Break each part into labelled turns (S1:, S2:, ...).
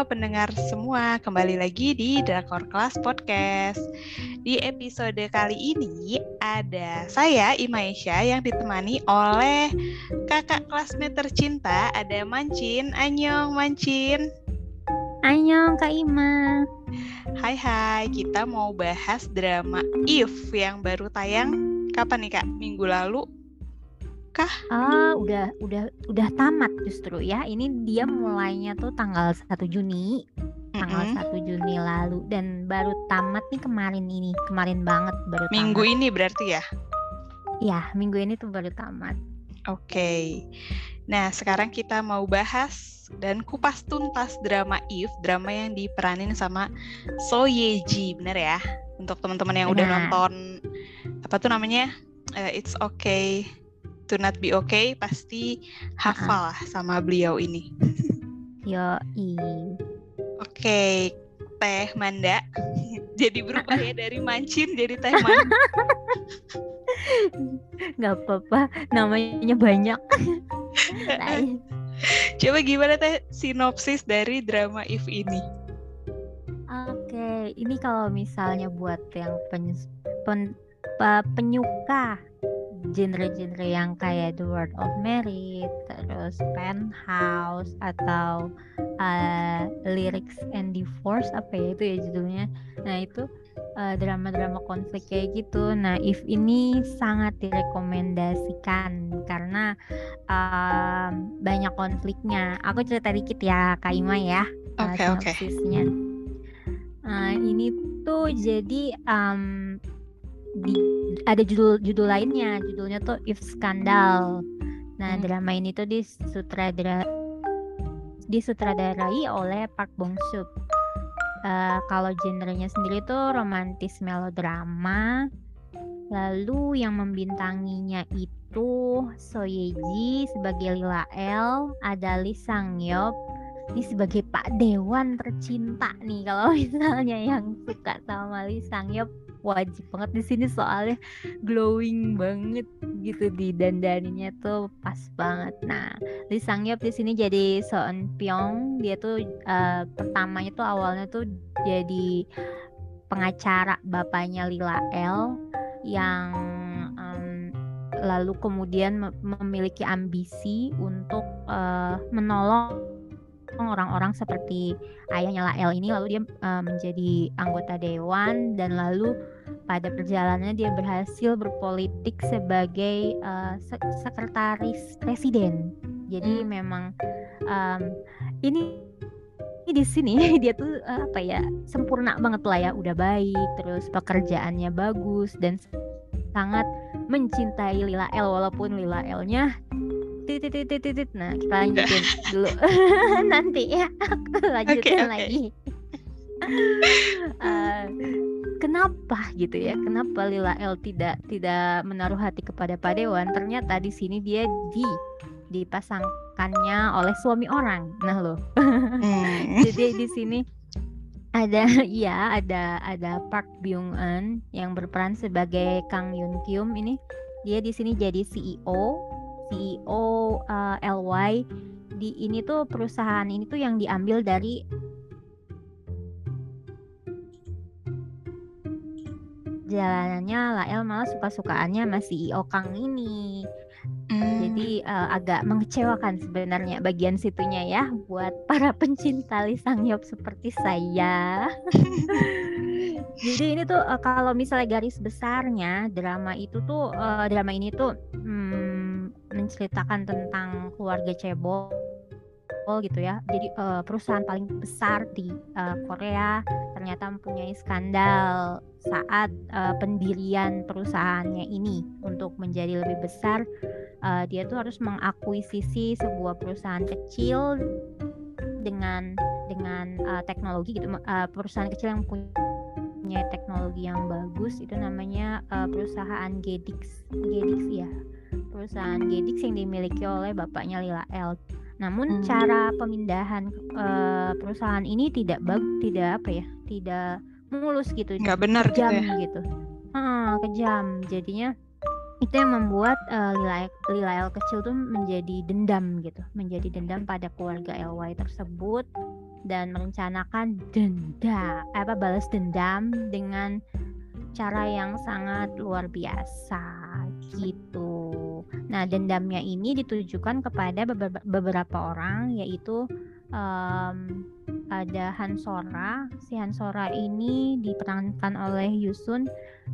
S1: pendengar semua, kembali lagi di Drakor Class Podcast. Di episode kali ini ada saya, Imaisha, yang ditemani oleh kakak classmate tercinta, ada Mancin. Annyeong, Mancin.
S2: Annyeong, Kak Ima.
S1: Hai, kita mau bahas drama If yang baru tayang kapan nih Kak? Minggu lalu kah?
S2: Udah tamat justru ya. Ini dia mulainya tuh tanggal 1 Juni. Tanggal 1 Juni lalu dan baru tamat nih kemarin banget baru tamat.
S1: Minggu ini berarti ya?
S2: Iya, minggu ini tuh baru tamat.
S1: Oke. Nah, sekarang kita mau bahas dan kupas tuntas drama If, drama yang diperanin sama So Ye Ji, bener ya? Untuk teman-teman yang udah nonton apa tuh namanya? It's Okay to Not Be Okay, pasti hafal lah sama beliau ini.
S2: Yoi.
S1: Oke, Teh Manda. Jadi berubah ya dari Mancin jadi Teh Manda.
S2: Gak apa-apa, namanya banyak.
S1: Coba gimana Teh sinopsis dari drama If ini?
S2: Oke, ini kalau misalnya buat yang penyuka genre-genre yang kayak The World of Merit, terus Penthouse atau Lyrics and Divorce, apa ya itu ya judulnya. Nah itu drama-drama konflik kayak gitu. Nah If ini sangat direkomendasikan karena banyak konfliknya. Aku cerita dikit ya Kak Ima ya. Sinopsisnya. Ini tuh jadi ada judul lainnya, judulnya tuh If Scandal. Nah drama ini tuh disutradarai oleh Park Bong Suk. Kalau genrenya sendiri tuh romantis melodrama. Lalu yang membintanginya itu So Ye Ji sebagai Lila L, ada Lee Sang Yeop ini sebagai Pak Dewan tercinta nih. Kalau misalnya yang suka sama Lee Sang Yeop wajib banget di sini soalnya glowing banget gitu, di dandaninnya tuh pas banget. Nah, Lee Sang Yeop di sini jadi So Eun Pyong. Dia tuh pertamanya tuh awalnya tuh jadi pengacara bapaknya Lila L yang lalu kemudian memiliki ambisi untuk menolong orang-orang seperti ayahnya Lael ini. Lalu dia menjadi anggota dewan dan lalu pada perjalanannya dia berhasil berpolitik sebagai sekretaris presiden. Jadi memang ini di sini dia tuh sempurna banget lah ya, udah baik, terus pekerjaannya bagus dan sangat mencintai Lila L walaupun Lila L-nya titit. Nah kita lanjutin dulu nanti ya, aku lanjutin lagi. Kenapa gitu ya? Kenapa Lila L tidak menaruh hati kepada Pak Dewan? Ternyata di sini dia dipasangkannya oleh suami orang. Nah loh. Jadi di sini ada Park Byung Eun yang berperan sebagai Kang Yoon Kyum. Ini dia di sini jadi CEO LY. Di ini tuh perusahaan ini tuh yang diambil dari jalanannya Lael, malah suka-sukaannya sama CEO Kang ini. Jadi agak mengecewakan sebenarnya bagian situnya ya buat para pencinta Lee Sang Yeop seperti saya. Jadi ini tuh kalau misalnya garis besarnya drama ini tuh menceritakan tentang keluarga cebol gitu ya. Jadi perusahaan paling besar di Korea ternyata mempunyai skandal saat pendirian perusahaannya ini. Untuk menjadi lebih besar, dia tuh harus mengakuisisi sebuah perusahaan kecil dengan teknologi gitu. Perusahaan kecil yang punya teknologi yang bagus itu namanya perusahaan Gedix ya. Perusahaan Gedix yang dimiliki oleh bapaknya Lila L. Namun cara pemindahan perusahaan ini tidak mulus gitu,
S1: nggak benar
S2: kejam
S1: gitu
S2: ya. Kejam. Jadinya itu yang membuat Lila L kecil tuh menjadi dendam pada keluarga LY tersebut. dan merencanakan balas dendam dengan cara yang sangat luar biasa gitu. Nah, dendamnya ini ditujukan kepada beberapa orang, yaitu ada Hansora. Si Hansora ini diperankan oleh Yusan.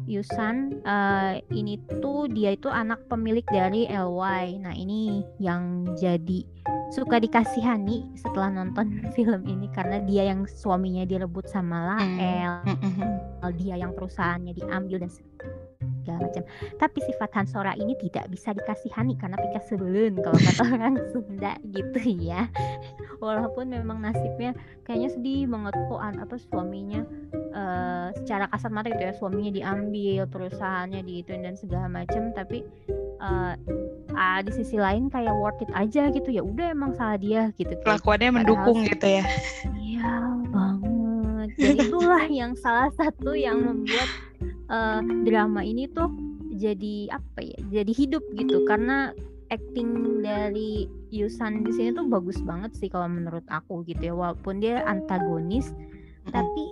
S2: Ini tuh dia itu anak pemilik dari LY. Nah, ini yang jadi suka dikasihani setelah nonton film ini karena dia yang suaminya direbut sama Lael, dia yang perusahaannya diambil dan segala macam. Tapi sifat Hansora ini tidak bisa dikasihani karena pika sebelun kalau kata orang Sunda gitu ya. Walaupun memang nasibnya kayaknya sedih banget kok suaminya secara kasar mata gitu ya, suaminya diambil, perusahaannya diituin dan segala macam, tapi di sisi lain kayak worth it aja gitu, ya udah emang salah dia gitu.
S1: Kelakuannya mendukung gitu ya.
S2: Iya banget. Jadi itulah yang salah satu yang membuat drama ini tuh jadi jadi hidup gitu, karena acting dari Yusan di sini tuh bagus banget sih kalau menurut aku gitu ya, walaupun dia antagonis tapi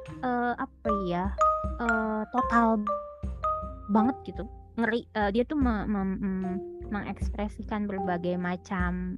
S2: total banget gitu, ngeri. Dia tuh mengekspresikan berbagai macam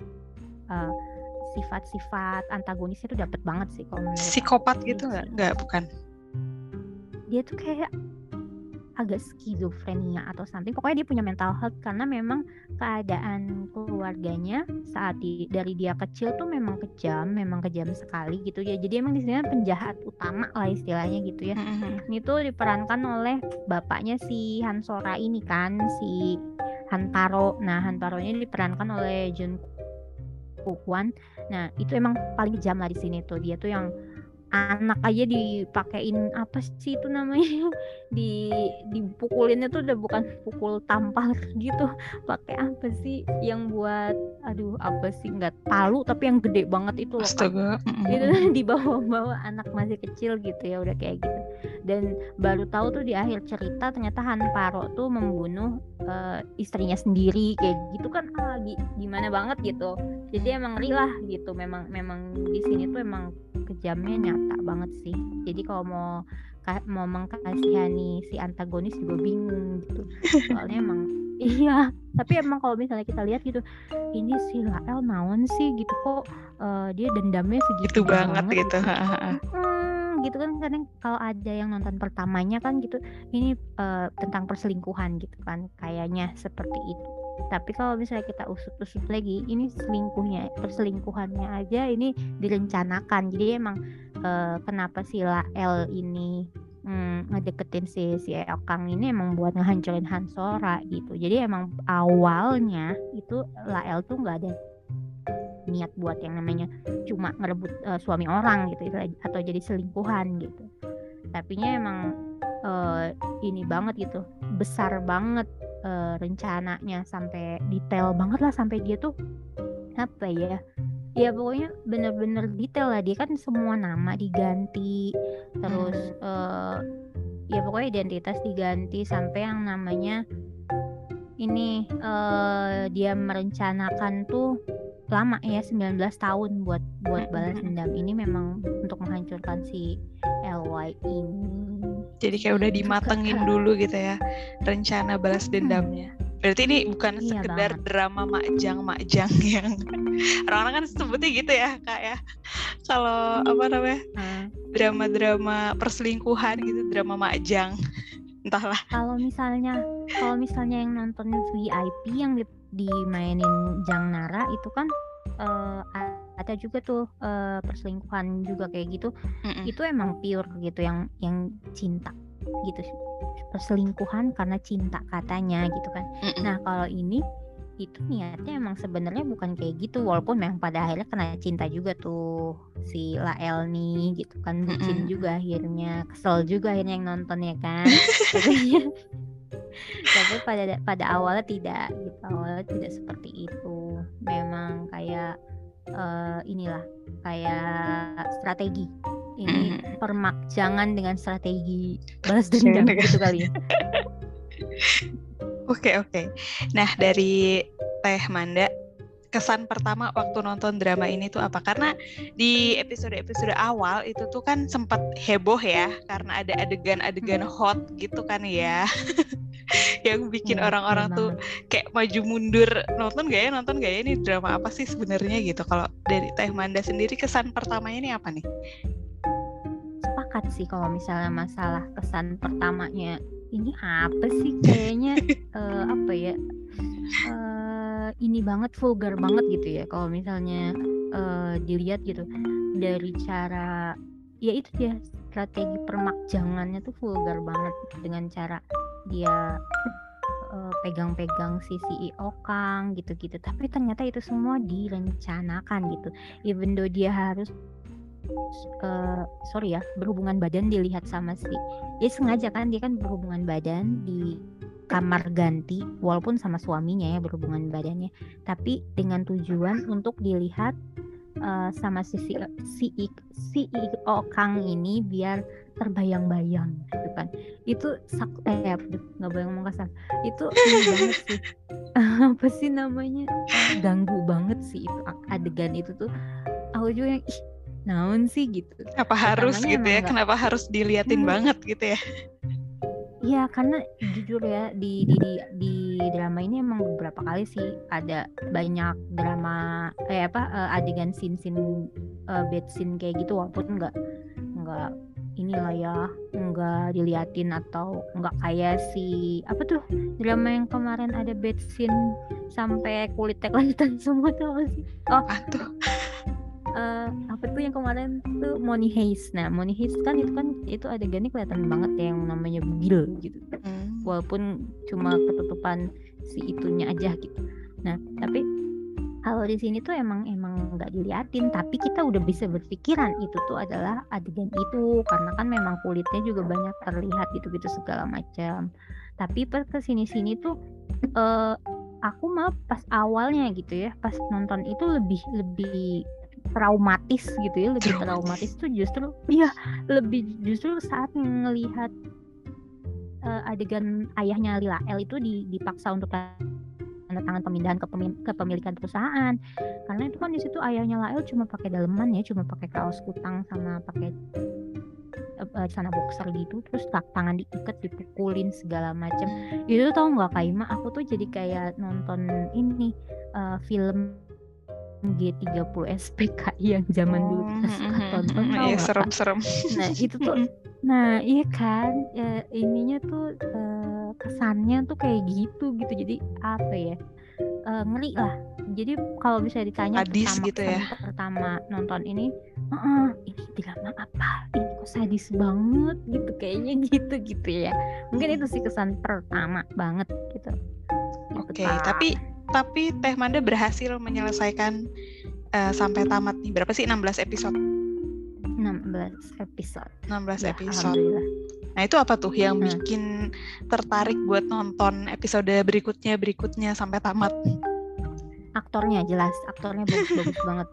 S2: sifat-sifat antagonisnya tuh dapet banget sih kalau menurut
S1: psikopat
S2: aku.
S1: gitu nggak bukan,
S2: dia tuh kayak agak skizofrenia atau something. Pokoknya dia punya mental health karena memang keadaan keluarganya saat dari dia kecil tuh memang kejam sekali gitu ya. Jadi emang di sini penjahat utama lah istilahnya gitu ya. Ini tuh diperankan oleh bapaknya si Hansora ini kan, si Hantaro. Nah, Hantaronya diperankan oleh Jun Kwan. Nah, itu emang paling kejam lah di sini tuh. Dia tuh yang anak aja dipakein apa sih itu namanya, dipukulinnya tuh udah bukan pukul tampar gitu, pakai apa sih yang buat nggak palu tapi yang gede banget itu loh.
S1: Astaga.
S2: Itu dibawa anak masih kecil gitu ya, udah kayak gitu. Dan baru tahu tuh di akhir cerita ternyata Hanparo tuh membunuh istrinya sendiri kayak gitu kan. Gimana banget gitu. Jadi emang ngeri lah gitu. Memang di sini tuh emang kejamnya nyata banget sih. Jadi kalau mau mengkasihani si antagonis juga bingung gitu. Soalnya emang iya, tapi emang kalau misalnya kita lihat gitu, ini si Lael naon sih gitu, kok dia dendamnya segitu
S1: banget gitu.
S2: Gitu kan. Kadang kalau ada yang nonton pertamanya kan gitu, ini tentang perselingkuhan gitu kan, kayaknya seperti itu. Tapi kalau misalnya kita usut-usut lagi, ini perselingkuhannya aja ini direncanakan. Jadi emang kenapa si Lael ini ngedeketin si Eokang ini emang buat ngehancurin Hansora gitu. Jadi emang awalnya itu Lael tuh nggak ada niat buat yang namanya cuma ngerebut suami orang gitu atau jadi selingkuhan gitu. Tapinya emang ini banget gitu, besar banget rencananya, sampai detail banget lah, sampai dia tuh ya pokoknya bener-bener detail lah. Dia kan semua nama diganti, terus ya pokoknya identitas diganti, sampai yang namanya ini dia merencanakan tuh lama ya, 19 tahun buat balas dendam ini, memang untuk menghancurkan si LY ini.
S1: Jadi kayak udah dimatengin dulu gitu ya rencana balas dendamnya. Berarti ini bukan sekedar drama makjang yang orang-orang kan sebutnya gitu ya Kak ya. Kalau drama-drama perselingkuhan gitu, drama makjang. Entahlah. Kalau
S2: misalnya yang nonton VIP yang dimainin Jang Nara itu kan ada juga tuh perselingkuhan juga kayak gitu. Itu emang pure gitu, yang cinta gitu, perselingkuhan karena cinta katanya gitu kan. Nah kalau ini itu niatnya emang sebenarnya bukan kayak gitu, walaupun memang pada akhirnya kena cinta juga tuh si Lael nih gitu kan, bucin juga akhirnya, kesel juga akhirnya yang nonton ya kan. Tapi pada awalnya tidak gitu, awalnya tidak seperti itu, memang kayak inilah kayak strategi. Ini permakjangan dengan strategi balas dendam gitu kali ya.
S1: Oke. Nah dari Teh Manda, kesan pertama waktu nonton drama ini tuh apa? Karena di episode-episode awal itu tuh kan sempat heboh ya, karena ada adegan-adegan hot gitu kan ya. Yang bikin orang-orang tuh kayak maju mundur, nonton gak ya ini drama apa sih sebenarnya gitu. Kalau dari Teh Manda sendiri kesan pertamanya ini apa nih?
S2: Sepakat sih kalau misalnya masalah kesan pertamanya ini apa sih, kayaknya apa ya, ini banget, vulgar banget gitu ya kalau misalnya dilihat gitu dari cara ya itu dia, strategi permakjangannya tuh vulgar banget dengan cara dia pegang-pegang si CEO Kang gitu-gitu, tapi ternyata itu semua direncanakan gitu, even though dia harus berhubungan badan dilihat sama dia sengaja kan, dia kan berhubungan badan di kamar ganti walaupun sama suaminya ya berhubungan badannya, tapi dengan tujuan untuk dilihat sama si CEO Kang ini biar terbayang-bayang gitu kan. Itu nggak boleh ngomong kasar, itu ini banget sih apa sih namanya, ganggu banget sih itu adegan itu tuh. Aku juga yang naon sih gitu.
S1: Apa harus gitu ya? Kenapa harus diliatin banget gitu ya?
S2: Iya, karena jujur ya di drama ini emang beberapa kali sih ada banyak drama adegan scene bad scene kayak gitu, walaupun nggak inilah ya, nggak diliatin atau nggak kayak apa tuh drama yang kemarin ada bad scene sampai kulitnya kelihatan semua tuh apa sih? Apa tuh yang kemarin tuh Money Heist. Nah, Money Heist kan itu adegannya kelihatan banget ya yang namanya bugil gitu. Walaupun cuma ketutupan si itunya aja gitu. Nah, tapi kalau di sini tuh emang nggak diliatin, tapi kita udah bisa berpikiran itu tuh adalah adegan itu, karena kan memang kulitnya juga banyak terlihat gitu segala macam. Tapi pas kesini tuh aku malah pas awalnya gitu ya, pas nonton itu lebih traumatis gitu ya, lebih traumatis tuh justru saat ngelihat adegan ayahnya Lila L itu dipaksa untuk tanda tangan pemindahan kepemilikan perusahaan, karena itu kan di situ ayahnya Lael cuma pakai daleman ya, cuma pakai kaos kutang sama pakai celana boxer gitu, terus tangan diikat, dipukulin segala macam. Itu tau nggak Kak Ima, aku tuh jadi kayak nonton ini film G30 SPKI yang zaman dulu kita suka tonton, tau nggak?
S1: Serem-serem.
S2: Nah itu tuh, nah iya kan, ininya tuh kesannya tuh kayak gitu, jadi apa ya, ngeri lah. Jadi kalau bisa ditanya pertama nonton ini drama apa? Ini kok sadis banget gitu, kayaknya gitu ya. Mungkin itu sih kesan pertama banget gitu.
S1: Oke, tapi Teh Manda berhasil menyelesaikan sampai tamat nih. Berapa sih? 16 episode.
S2: 16 episode.
S1: Alhamdulillah. Nah, itu apa tuh yang bikin tertarik buat nonton episode berikutnya sampai tamat?
S2: Aktornya bagus banget.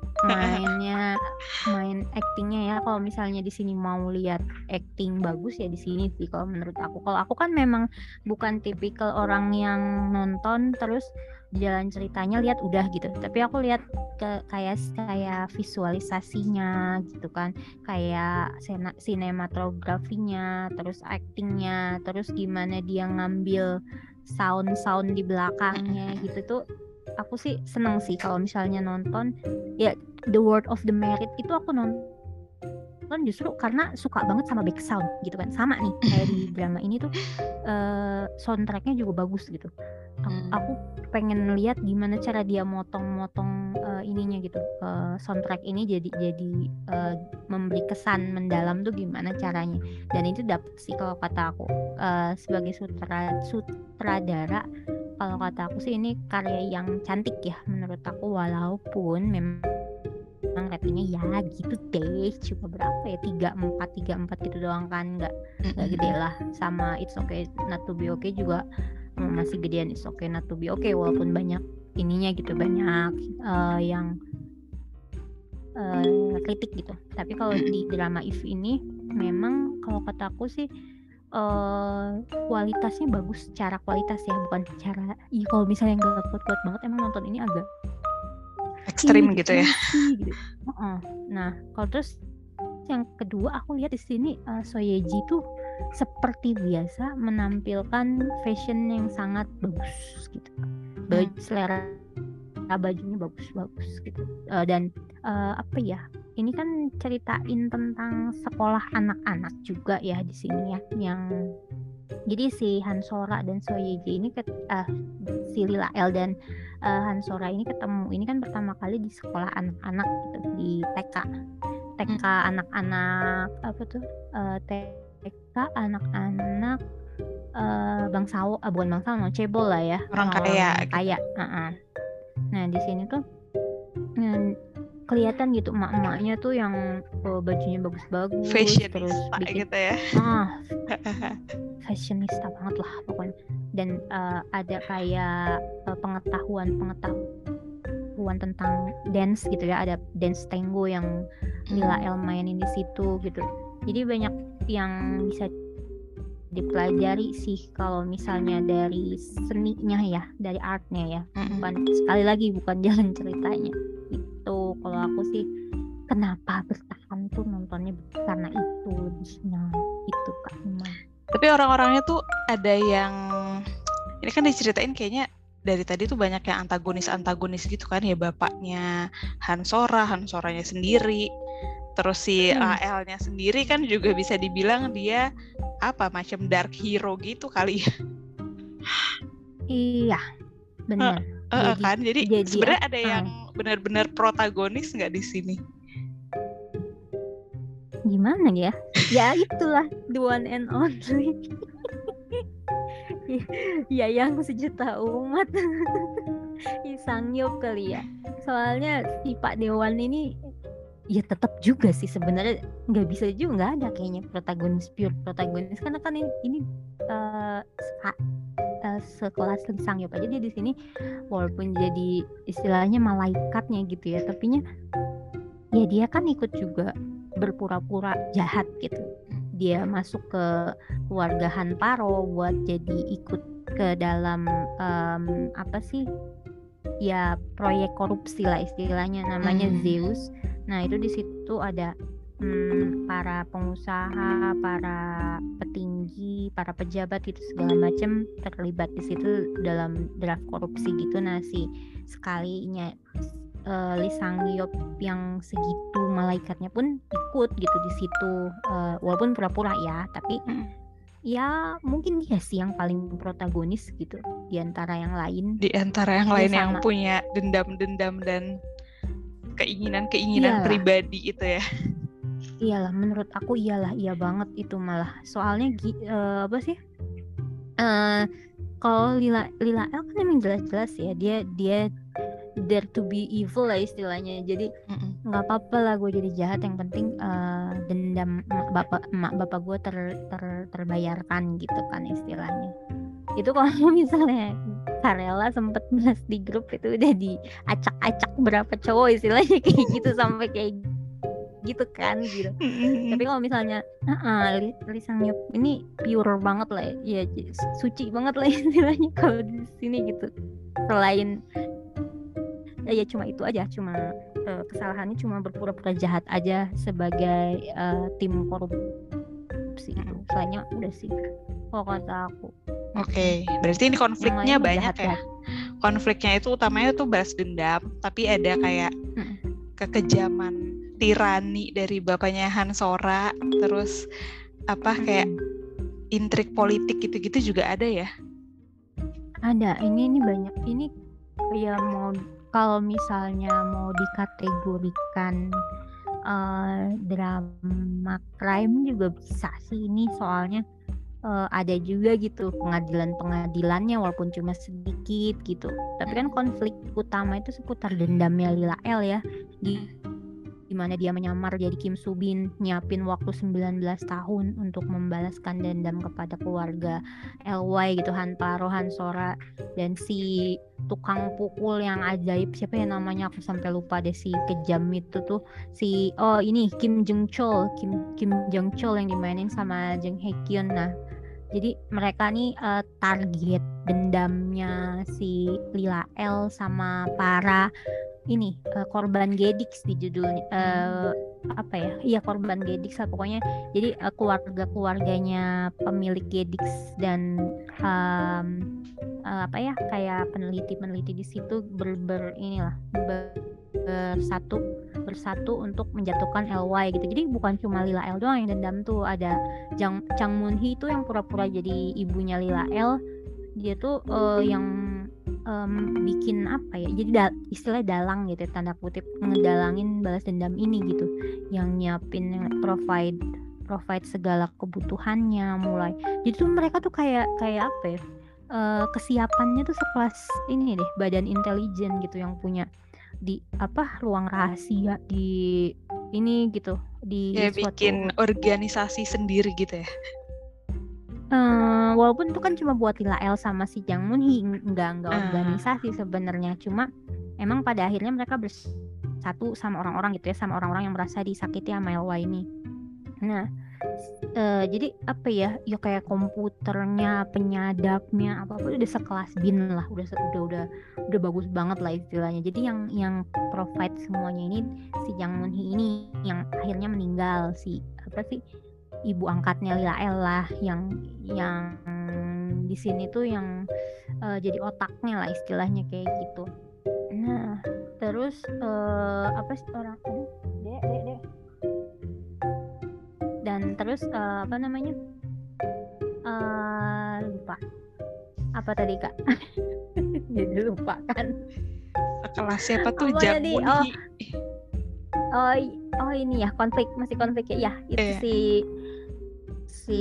S2: Main actingnya ya. Kalau misalnya di sini mau lihat acting bagus ya di sini sih kalau menurut aku. Kalau aku kan memang bukan tipikal orang yang nonton terus jalan ceritanya lihat udah gitu. Tapi aku lihat kayak visualisasinya gitu kan, kayak sinematografinya, terus actingnya, terus gimana dia ngambil sound di belakangnya gitu tuh. Aku sih seneng sih kalau misalnya nonton ya. The World of the Merit itu aku nonton justru karena suka banget sama back sound gitu kan, sama nih kayak di drama ini tuh soundtracknya juga bagus gitu. Aku pengen lihat gimana cara dia motong ininya gitu, soundtrack ini jadi memberi kesan mendalam tuh gimana caranya, dan itu dapet sih kalau kata aku. Sebagai sutradara, kalau kata aku sih ini karya yang cantik ya menurut aku, walaupun memang ratingnya ya gitu deh, cuma berapa ya, 3-4 gitu doang kan, nggak gede lah. Sama It's Okay Not To Be Okay juga masih gedean It's Okay Not To Be Okay, walaupun banyak ininya gitu, banyak yang kritik gitu. Tapi kalau di drama If ini memang kalau kata aku sih kualitasnya bagus, secara kualitas ya, bukan secara kalau misalnya nggak kuat-kuat banget emang nonton ini agak
S1: ekstrim gitu ya.
S2: Gitu. Nah, kalau terus yang kedua aku lihat di sini So Ye Ji tuh seperti biasa menampilkan fashion yang sangat bagus gitu. Selera bajunya bagus gitu. Dan apa ya? Ini kan ceritain tentang sekolah anak-anak juga ya di sini ya, yang jadi si Han Sora dan So Ye Ji ini si Lila El dan Han Sora ini ketemu ini kan pertama kali di sekolah anak-anak gitu, di TK anak-anak apa tuh, TK anak-anak bangsawan, bukan bangsawan, cebol lah ya,
S1: Orang kaya
S2: kaya. Nah di sini tuh kelihatan gitu emak-emaknya tuh yang bajunya bagus-bagus, terus bikin
S1: gitu ya.
S2: Fashionista banget lah pokoknya. Dan ada kayak pengetahuan tentang dance gitu ya, ada dance tango yang Lila El mainin di situ gitu. Jadi banyak yang bisa dipelajari sih kalau misalnya dari seninya ya, dari artnya ya. Bukan jalan ceritanya. Itu kalau aku sih kenapa bertahan tuh nontonnya karena itu lebihnya itu Kak Iman.
S1: Tapi orang-orangnya tuh ada yang ini kan diceritain kayaknya dari tadi tuh banyak yang antagonis gitu kan ya, bapaknya Han Soranya sendiri, terus si AL-nya sendiri kan juga bisa dibilang dia apa macam dark hero gitu kali ya.
S2: Iya benar.
S1: Jadi sebenarnya ada yang benar-benar protagonis nggak di sini?
S2: Gimana ya? Ya itulah the one and only. Ya yang sejuta umat. Sangyup kali ya. Soalnya si Pak Dewan ini ya tetap juga sih sebenarnya nggak bisa juga, nggak ada kayaknya pure protagonis karena kan ini sekelas Lee Sang-yeop aja dia di sini walaupun jadi istilahnya malaikatnya gitu ya, tapi ya dia kan ikut juga berpura-pura jahat gitu. Dia masuk ke keluarga Hanparo buat jadi ikut ke dalam apa sih ya, proyek korupsi lah istilahnya, namanya Zeus. Nah itu di situ ada para pengusaha, para petinggi, para pejabat itu segala macam terlibat di situ dalam draft korupsi gitu. Nah si sekalinya Lee Sang-yeop yang segitu malaikatnya pun ikut gitu di situ, walaupun pura-pura ya, tapi ya mungkin dia sih yang paling protagonis gitu di antara yang lain.
S1: Yang punya dendam-dendam dan keinginan pribadi itu ya.
S2: Iyalah, menurut aku iya banget itu malah. Soalnya apa sih? Kalau Lila El kan emang jelas-jelas ya dia dare to be evil lah istilahnya. Jadi nggak apa-apa lah gue jadi jahat, yang penting dendam emak bapak gue terbayarkan gitu kan istilahnya. Itu kalau misalnya Karela sempet bahas di grup itu udah diacak-acak berapa cowok istilahnya kayak gitu sampai kayak gitu kan gitu. Tapi kalau misalnya Lee Sang-yeop ini pure banget lah ya, suci banget lah istilahnya kalau di sini gitu. Selain ya cuma itu aja, cuma kesalahannya cuma berpura-pura jahat aja sebagai tim korupsi itu. Selainnya udah sih kalau kata aku.
S1: Oke, berarti ini konfliknya banyak ya. Konfliknya itu utamanya tuh balas dendam, tapi ada kayak kekejaman tirani dari bapaknya Han Sora, terus apa kayak intrik politik gitu-gitu juga ada ya?
S2: Ada, ini banyak. Ini ya kalau misalnya mau dikategorikan drama crime juga bisa sih ini, soalnya ada juga gitu pengadilannya walaupun cuma sedikit gitu. Tapi kan konflik utama itu seputar dendamnya Lila El ya, di mana dia menyamar jadi Kim Soo Bin, nyiapin waktu 19 tahun untuk membalaskan dendam kepada keluarga LY gitu, Hanparo, Han Sora, dan si tukang pukul yang ajaib, siapa ya namanya, aku sampai lupa deh, si kejam itu tuh si ini Kim Jung Chol yang dimainin sama Jung Hae Kyun. Nah jadi mereka nih target dendamnya si Lila El sama para ini korban Gedix di judulnya, apa ya? Iya, korban Gedix lah pokoknya. Jadi keluarganya pemilik Gedix dan apa ya, kayak peneliti di situ bersatu untuk menjatuhkan LY gitu. Jadi bukan cuma Lila L doang yang dendam tuh, ada Chang Moon Hee tuh yang pura-pura jadi ibunya Lila L. Dia tuh yang bikin apa ya, jadi istilah dalang gitu, tanda kutip, ngedalangin balas dendam ini gitu, yang nyiapin provide segala kebutuhannya mulai. Jadi tuh mereka tuh kayak apa ya, kesiapannya tuh sekelas ini deh, badan intelijen gitu yang punya di ruang rahasia di ini gitu, di
S1: Ya
S2: suatu
S1: bikin organisasi sendiri gitu ya.
S2: Walaupun itu kan cuma buat Lila L sama si Jang Moon Hee, enggak organisasi sebenarnya, cuma emang pada akhirnya mereka bersatu sama orang-orang gitu ya, sama orang-orang yang merasa disakiti sama LY ini. Nah, jadi apa ya, ya kayak komputernya, penyadapnya, apapun udah sekelas bin lah, udah bagus banget lah istilahnya. Jadi yang provide semuanya ini si Jang Moon Hee ini, yang akhirnya meninggal, si ibu angkatnya Lila L lah, yang di sini tuh yang jadi otaknya lah istilahnya kayak gitu. Nah, terus apa sih orang dek dan terus apa namanya, lupa apa tadi Kak. Jadi lupa kan.
S1: Kelas siapa tuh, Jang Moon Hee?
S2: Oh ini ya, masih konflik ya itu si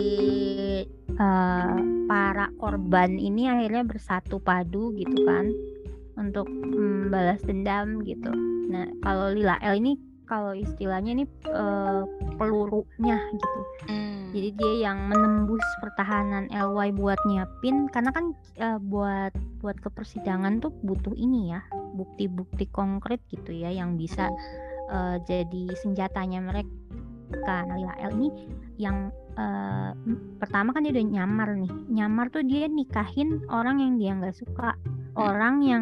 S2: para korban ini akhirnya bersatu padu gitu kan untuk balas dendam gitu. Nah, kalau Lila L ini, kalau istilahnya ini pelurunya gitu. Jadi dia yang menembus pertahanan LY buat nyiapin, karena kan buat ke persidangan tuh butuh ini ya, bukti-bukti konkret gitu ya, yang bisa jadi senjatanya mereka. Nah, Lila L ini yang pertama kan dia udah nyamar tuh, dia nikahin orang yang dia nggak suka, orang yang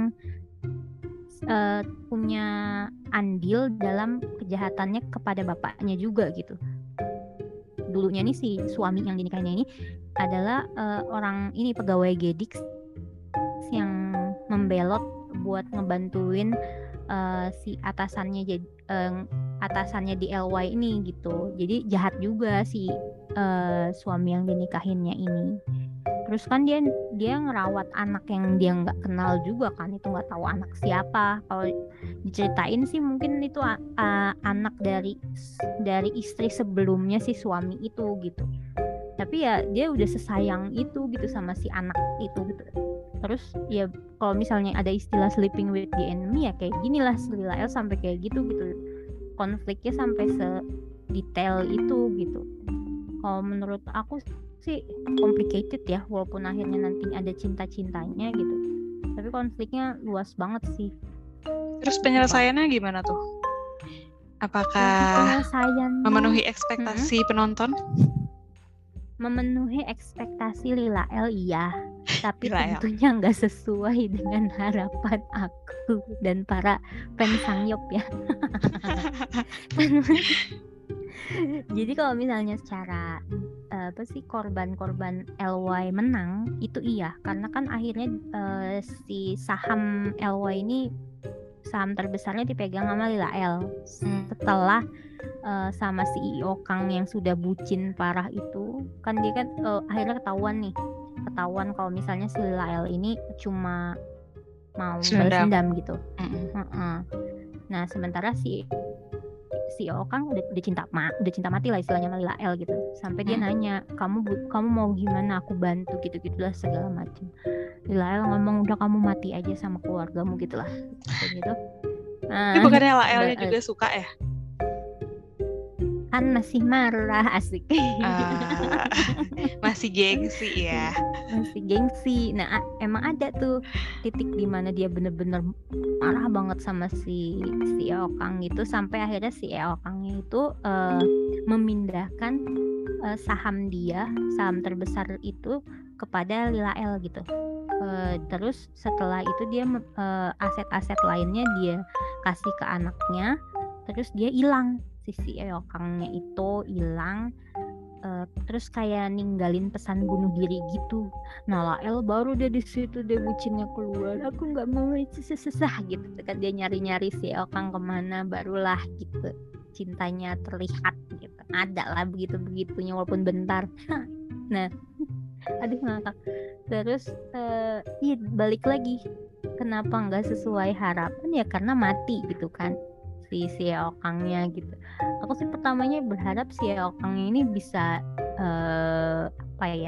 S2: punya andil dalam kejahatannya kepada bapaknya juga gitu. Dulunya nih si suami yang dinikahinnya ini adalah orang ini, pegawai Gedix yang membelot buat ngebantuin si atasannya di LY ini gitu. Jadi jahat juga si suami yang dinikahinnya ini. Terus kan dia ngerawat anak yang dia nggak kenal juga kan, itu nggak tahu anak siapa. Kalau diceritain sih mungkin itu anak dari istri sebelumnya si suami itu gitu. Tapi ya dia udah sesayang itu gitu sama si anak itu gitu. Terus ya kalau misalnya ada istilah sleeping with the enemy, ya kayak gini lah si Lila L sampai kayak gitu. Konfliknya sampai sedetail itu gitu. Kalau menurut aku sih complicated ya, walaupun akhirnya nanti ada cinta-cintanya gitu, tapi konfliknya luas banget sih.
S1: Terus penyelesaiannya gimana tuh? Apakah memenuhi ekspektasi penonton?
S2: Memenuhi ekspektasi Lila L iya, tapi tentunya nggak sesuai dengan harapan aku dan para fans Sangyup ya. Jadi kalau misalnya secara korban LY menang itu iya, karena kan akhirnya si saham LY ini, saham terbesarnya dipegang sama Lila L setelah sama CEO Kang yang sudah bucin parah itu kan. Dia kan akhirnya ketahuan kalau misalnya si Lila L ini cuma mau balas dendam gitu. Nah, sementara si CEO Kang udah cinta mati lah istilahnya sama Lila L gitu. Sampai dia nanya, kamu mau gimana aku bantu gitu lah segala macam. Lila L ngomong, udah kamu mati aja sama keluargamu gitulah kayak gitu.
S1: Tapi bukannya Lila L-nya juga suka ya?
S2: Kan masih marah, asik.
S1: Masih gengsi ya.
S2: Masih gengsi. Nah, emang ada tuh titik di mana dia bener-bener marah banget sama si Eokang itu, sampai akhirnya si Eokangnya itu memindahkan saham terbesar itu kepada Lila L gitu. Terus setelah itu dia aset-aset lainnya dia kasih ke anaknya, terus dia hilang, si Eokangnya itu hilang. Terus kayak ninggalin pesan bunuh diri gitu. Nah Lael baru dia di situ dia bucinnya keluar, aku nggak mau susah gitu kan, dia nyari-nyari si Eokang kemana, barulah gitu cintanya terlihat gitu, ada lah begitu-begitunya walaupun bentar. Nah aduh ngakak. Terus iya balik lagi, kenapa nggak sesuai harapan ya, karena mati gitu kan si Eokangnya gitu. Aku sih pertamanya berharap si Eokangnya ini bisa apa ya,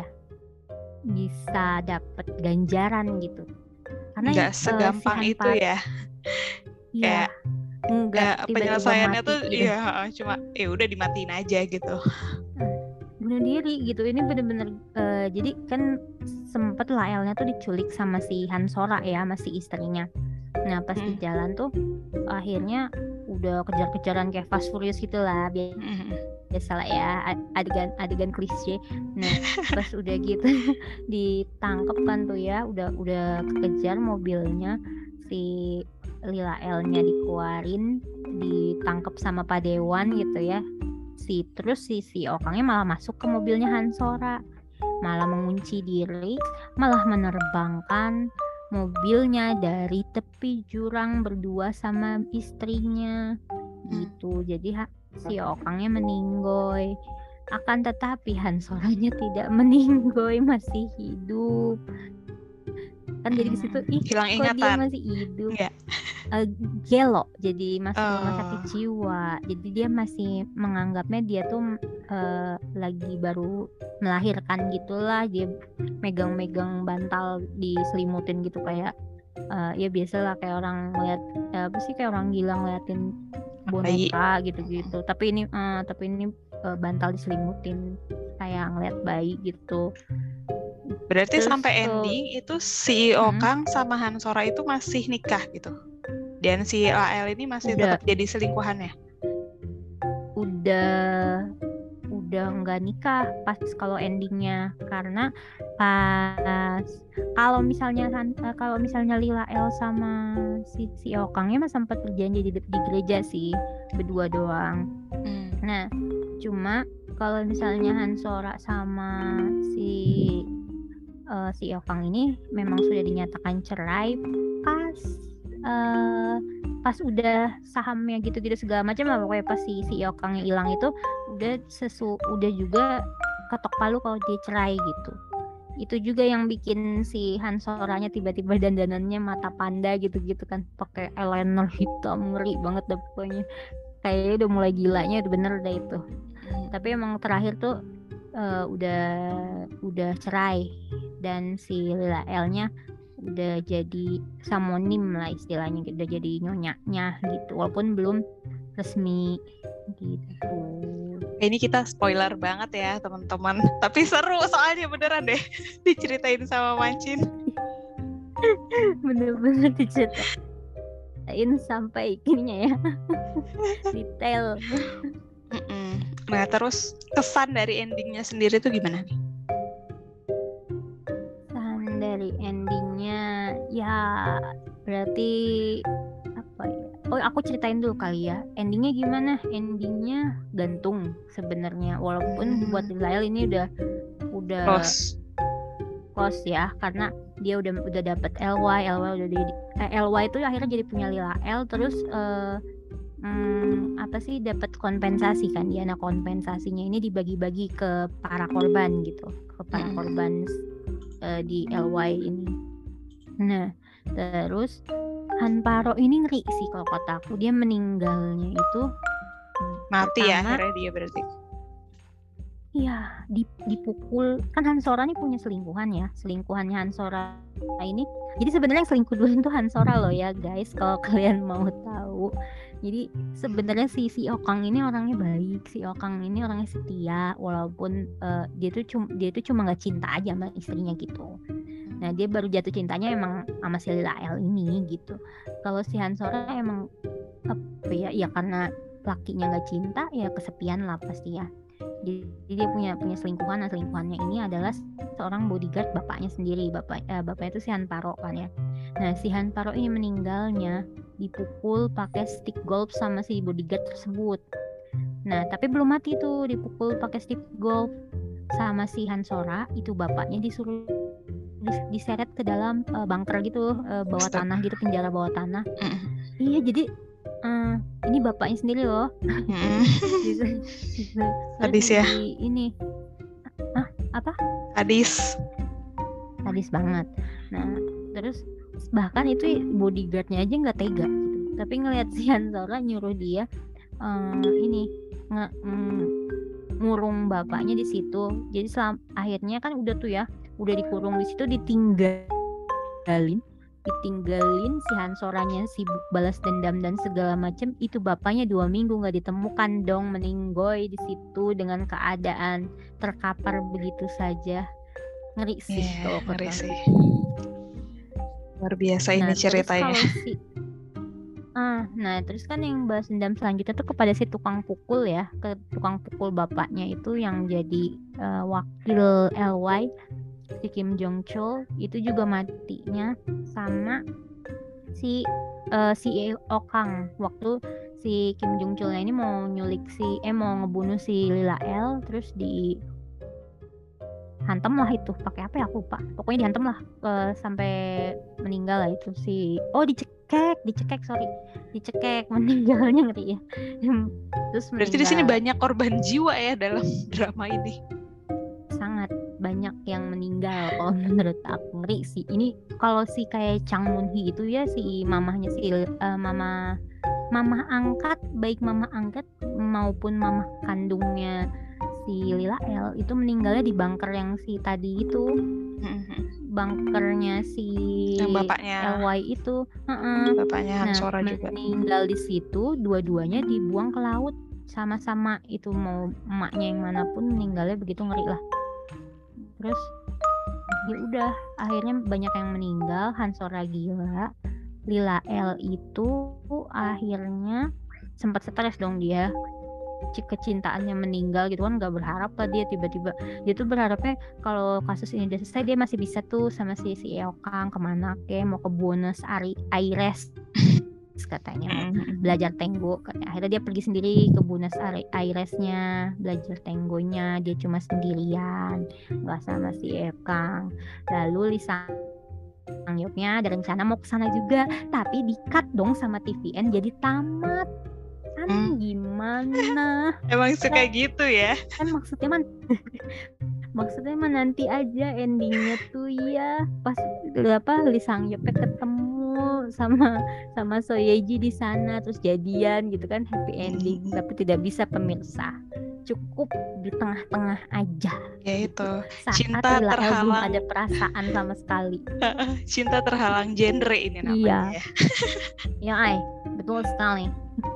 S2: bisa dapet ganjaran gitu, karena
S1: Nggak
S2: si
S1: segampang itu
S2: Hanparo
S1: ya.
S2: ya
S1: Kayak
S2: nggak tiba-tiba
S1: penyelesaiannya
S2: mati
S1: tuh
S2: gitu.
S1: ya cuma ya udah dimatiin aja gitu.
S2: Bunuh diri gitu, ini bener-bener jadi kan sempet Laelnya tuh diculik sama si Hansora ya, masih istrinya. Nah pas di jalan tuh akhirnya udah kejar-kejaran kayak Fast Furious gitu lah, biasa lah ya, adegan klise. Nah pas udah gitu ditangkep kan tuh ya, udah kejar mobilnya, si Laelnya dikeluarin, ditangkep sama Padewan gitu ya. Terus si Okangnya malah masuk ke mobilnya Hansora, malah mengunci diri, malah menerbangkan mobilnya dari tepi jurang berdua sama istrinya gitu. Jadi si Okangnya meninggoy, akan tetapi Hansoranya tidak meninggoy, masih hidup kan. Jadi di situ
S1: hilang
S2: kok dia
S1: ingatan.
S2: masih hidup.
S1: Iya.
S2: Gelo, jadi masuk rumah sakit jiwa. Jadi dia masih menganggapnya dia tuh lagi baru melahirkan gitulah. Dia megang-megang bantal diselimutin gitu, kayak ya biasalah kayak orang ngeliat apa sih, kayak orang gila ngeliatin boneka gitu-gitu. Tapi ini bantal diselimutin kayak ngeliat bayi gitu.
S1: Berarti terus, sampai ending itu si Okang sama Hansora itu masih nikah gitu. Dan si Lael ini masih tetap jadi selingkuhannya.
S2: Udah nggak nikah pas kalau endingnya, karena pas kalau misalnya Lael sama si Okangnya mah sempat berjanji di gereja sih, berdua doang. Nah cuma kalau misalnya Hansora sama si Okang ini memang sudah dinyatakan cerai pas udah sahamnya gitu-gitu segala macam lah pokoknya. Pas si Okangnya hilang itu udah juga ketok palu kalau dia cerai gitu. Itu juga yang bikin si Hansoranya tiba-tiba dandanannya mata panda gitu-gitu kan, pakai eyeliner hitam, ngeri banget dah pokoknya. Kayaknya udah mulai gilanya, udah bener dah itu. Tapi emang terakhir tuh udah cerai, dan si Laelnya udah jadi samonim lah istilahnya, udah jadi nyonyanya gitu, walaupun belum resmi gitu.
S1: Ini kita spoiler banget ya teman-teman, tapi seru soalnya beneran deh diceritain sama Mancin.
S2: Bener-bener diceritain sampai ininya ya detail.
S1: Nah terus kesan dari endingnya sendiri tuh gimana nih?
S2: Kesan dari endingnya ya berarti apa ya? Oh aku ceritain dulu kali ya. Endingnya gimana? Endingnya gantung sebenarnya, walaupun buat Lael ini udah close ya, karena dia udah dapet LY itu akhirnya jadi punya Lael. Terus apa sih, dapat kompensasi kan dia. Nah kompensasinya ini dibagi-bagi ke para korban gitu, ke para korban di LY ini. Nah terus Hanparo ini ngeri sih kalau kata aku, dia meninggalnya itu
S1: mati ya akhirnya dia berarti.
S2: Iya, dipukul. Kan Hansora ini punya selingkuhannya Hansora ini. Jadi sebenarnya yang selingkuh dulu itu Hansora loh ya guys, kalau kalian mau tahu. Jadi sebenarnya si Okang ini orangnya baik, si Okang ini orangnya setia, walaupun dia tuh cuma nggak cinta aja sama istrinya gitu. Nah dia baru jatuh cintanya emang sama si Lael ini gitu. Kalau si Hansora emang apa ya karena lakinya nggak cinta ya kesepian lah pasti ya. Jadi dia punya selingkuhan. Nah, selingkuhannya ini adalah seorang bodyguard bapaknya sendiri. Bapaknya itu si Hanparo kan ya. Nah, si Hanparo ini meninggalnya dipukul pakai stick golf sama si bodyguard tersebut. Nah, tapi belum mati tuh, dipukul pakai stick golf sama si Hansora. Itu bapaknya disuruh diseret ke dalam bunker gitu, bawah tanah gitu, penjara bawah tanah. Iya, jadi ini bapaknya sendiri loh.
S1: Sadis ya.
S2: Ini apa? Sadis banget. Nah, terus bahkan itu bodyguardnya aja nggak tega gitu. Tapi ngelihat si Hansora nyuruh dia ngurung bapaknya di situ. Jadi akhirnya kan udah tuh ya, udah dikurung di situ, ditinggalin si Hansoranya sibuk balas dendam dan segala macam. Itu bapaknya 2 minggu nggak ditemukan dong, meninggoy di situ dengan keadaan terkapar begitu saja. Ngeri sih kalau
S1: ngeri sih. Luar biasa ini ceritanya.
S2: Nah, terus kan yang balas dendam selanjutnya tuh kepada si tukang pukul ya, ke tukang pukul bapaknya itu yang jadi wakil LY, si Kim Jong Chol. Itu juga matinya sama si CEO Kang, waktu si Kim Jong Chol ini mau ngebunuh si Lila L, terus dihantam lah itu, pakai apa ya aku lupa, pokoknya dihantam lah sampai meninggal lah itu dicekek meninggalnya, ngeri ya. Terus
S1: berarti di sini banyak korban jiwa ya dalam drama ini.
S2: Sangat banyak yang meninggal kalau menurut aku, ngeri sih. Ini kalau si kayak Chang Moon Hee itu ya, si mamahnya mama angkat, baik mama angkat maupun mama kandungnya si Lila L itu meninggalnya di bunker yang si tadi itu, bunkernya si
S1: yang bapaknya
S2: LY itu.
S1: Bapaknya Hansora juga
S2: meninggal di situ, dua-duanya dibuang ke laut sama-sama itu, mau emaknya yang manapun meninggalnya begitu, ngeri lah. Terus ya udah, akhirnya banyak yang meninggal. Hansora gila, Lila L itu akhirnya sempat stres dong dia, kecintaannya meninggal gitu kan, nggak berharap lah dia tiba-tiba. Dia tuh berharapnya kalau kasus ini udah selesai dia masih bisa tuh sama si Eokang kemana mau ke Buenos Aires katanya, belajar tango. Akhirnya dia pergi sendiri ke Buenos Airesnya, belajar tangonya. Dia cuma sendirian, nggak sama si Eokang. Lalu Lisa Sangyupnya ada rencana mau kesana juga, tapi di-cut dong sama TVN jadi tamat. Gimana?
S1: Emang suka gitu ya?
S2: Kan maksudnya nanti aja endingnya tuh ya, pas Lee Sang-yeopnya ketemu sama So Ye-ji di sana terus jadian gitu kan, happy ending. Tapi tidak bisa pemirsa, cukup di tengah-tengah aja.
S1: Ya itu,
S2: cinta terhalang, belum ada perasaan sama sekali.
S1: Cinta terhalang genre ini namanya.
S2: Iya. Betul sekali.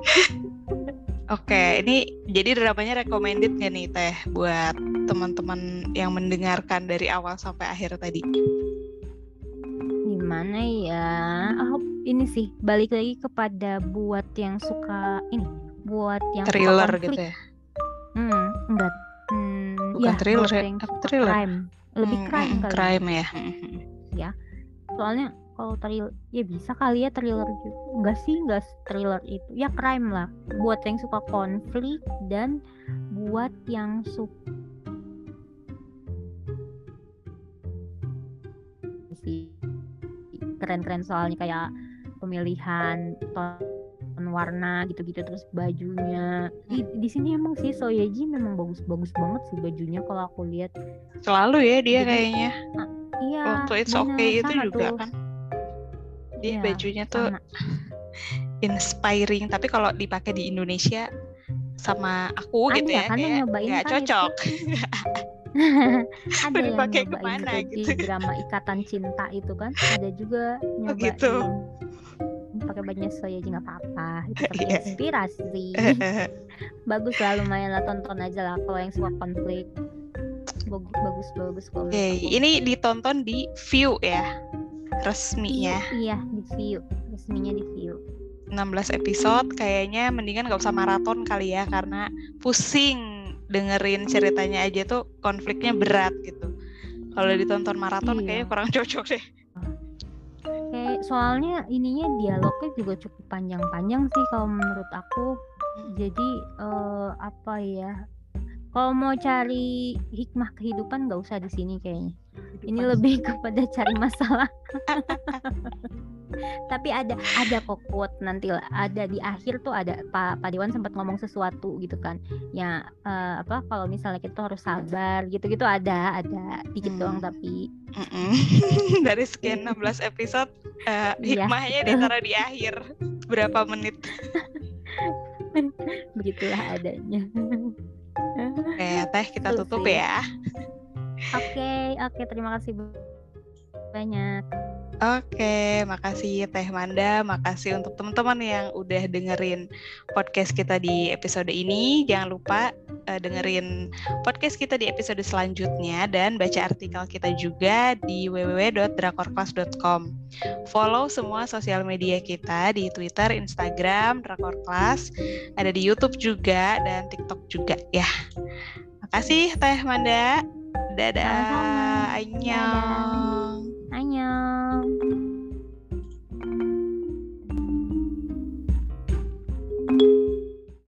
S1: Oke, ini jadi dramanya recommended gak nih Teh buat teman-teman yang mendengarkan dari awal sampai akhir tadi?
S2: Gimana ya? Ini sih balik lagi kepada buat yang suka
S1: thriller gitu ya?
S2: Enggak.
S1: Bukan thriller ya? Thriller.
S2: Crime. Lebih crime kali.
S1: Crime ya.
S2: Ya. Soalnya kalau thriller ya bisa kali ya, thriller juga. Enggak thriller itu. Ya crime lah. Buat yang suka konflik dan buat yang suka keren-keren, soalnya kayak pemilihan ton warna gitu-gitu, terus bajunya. Di sini emang sih So Ye-ji memang bagus-bagus banget sih bajunya kalau aku lihat.
S1: Selalu ya dia kayaknya.
S2: Iya.
S1: Waktu It's Okay itu juga
S2: tuh.
S1: Kan. Dia bajunya tuh inspiring, tapi kalau dipakai di Indonesia sama aku gitu ya, kayak nggak cocok.
S2: Ada yang nyobain gitu. Di drama Ikatan Cinta itu kan ada juga nyobain
S1: gitu.
S2: Pakai bajunya So Ye-ji, nggak apa-apa, itu terinspirasi. Bagus lah, lumayan lah, tonton aja lah kalau yang suka konflik. Bagus kok.
S1: Ini ditonton di View ya, resminya.
S2: Iya, di View, resminya di View. 16
S1: episode, kayaknya mendingan gak usah maraton kali ya, karena pusing dengerin ceritanya aja tuh konfliknya berat gitu. Kalau ditonton maraton kayaknya kurang cocok deh.
S2: Soalnya ininya dialognya juga cukup panjang-panjang sih kalau menurut aku. Jadi apa ya? Kalau mau cari hikmah kehidupan nggak usah di sini kayaknya. Ini lebih kepada cari masalah. Tapi ada kok quote nanti ada di akhir tuh ada Pak Dewan sempat ngomong sesuatu gitu kan. Ya apa kalau misalnya kita harus sabar gitu-gitu ada dikit doang tapi
S1: dari sekian 16 episode hikmahnya ditaruh di akhir berapa menit.
S2: Begitulah adanya.
S1: Oke, Teh kita tutup ya.
S2: Oke, terima kasih banyak.
S1: Oke, makasih Teh Manda, makasih untuk teman-teman yang udah dengerin podcast kita di episode ini. Jangan lupa dengerin podcast kita di episode selanjutnya dan baca artikel kita juga di www.drakorclass.com. Follow semua sosial media kita di Twitter, Instagram, Drakorclass, ada di YouTube juga dan TikTok juga ya. Makasih Teh Manda. Dadah. Annyeong.
S2: Annyeong.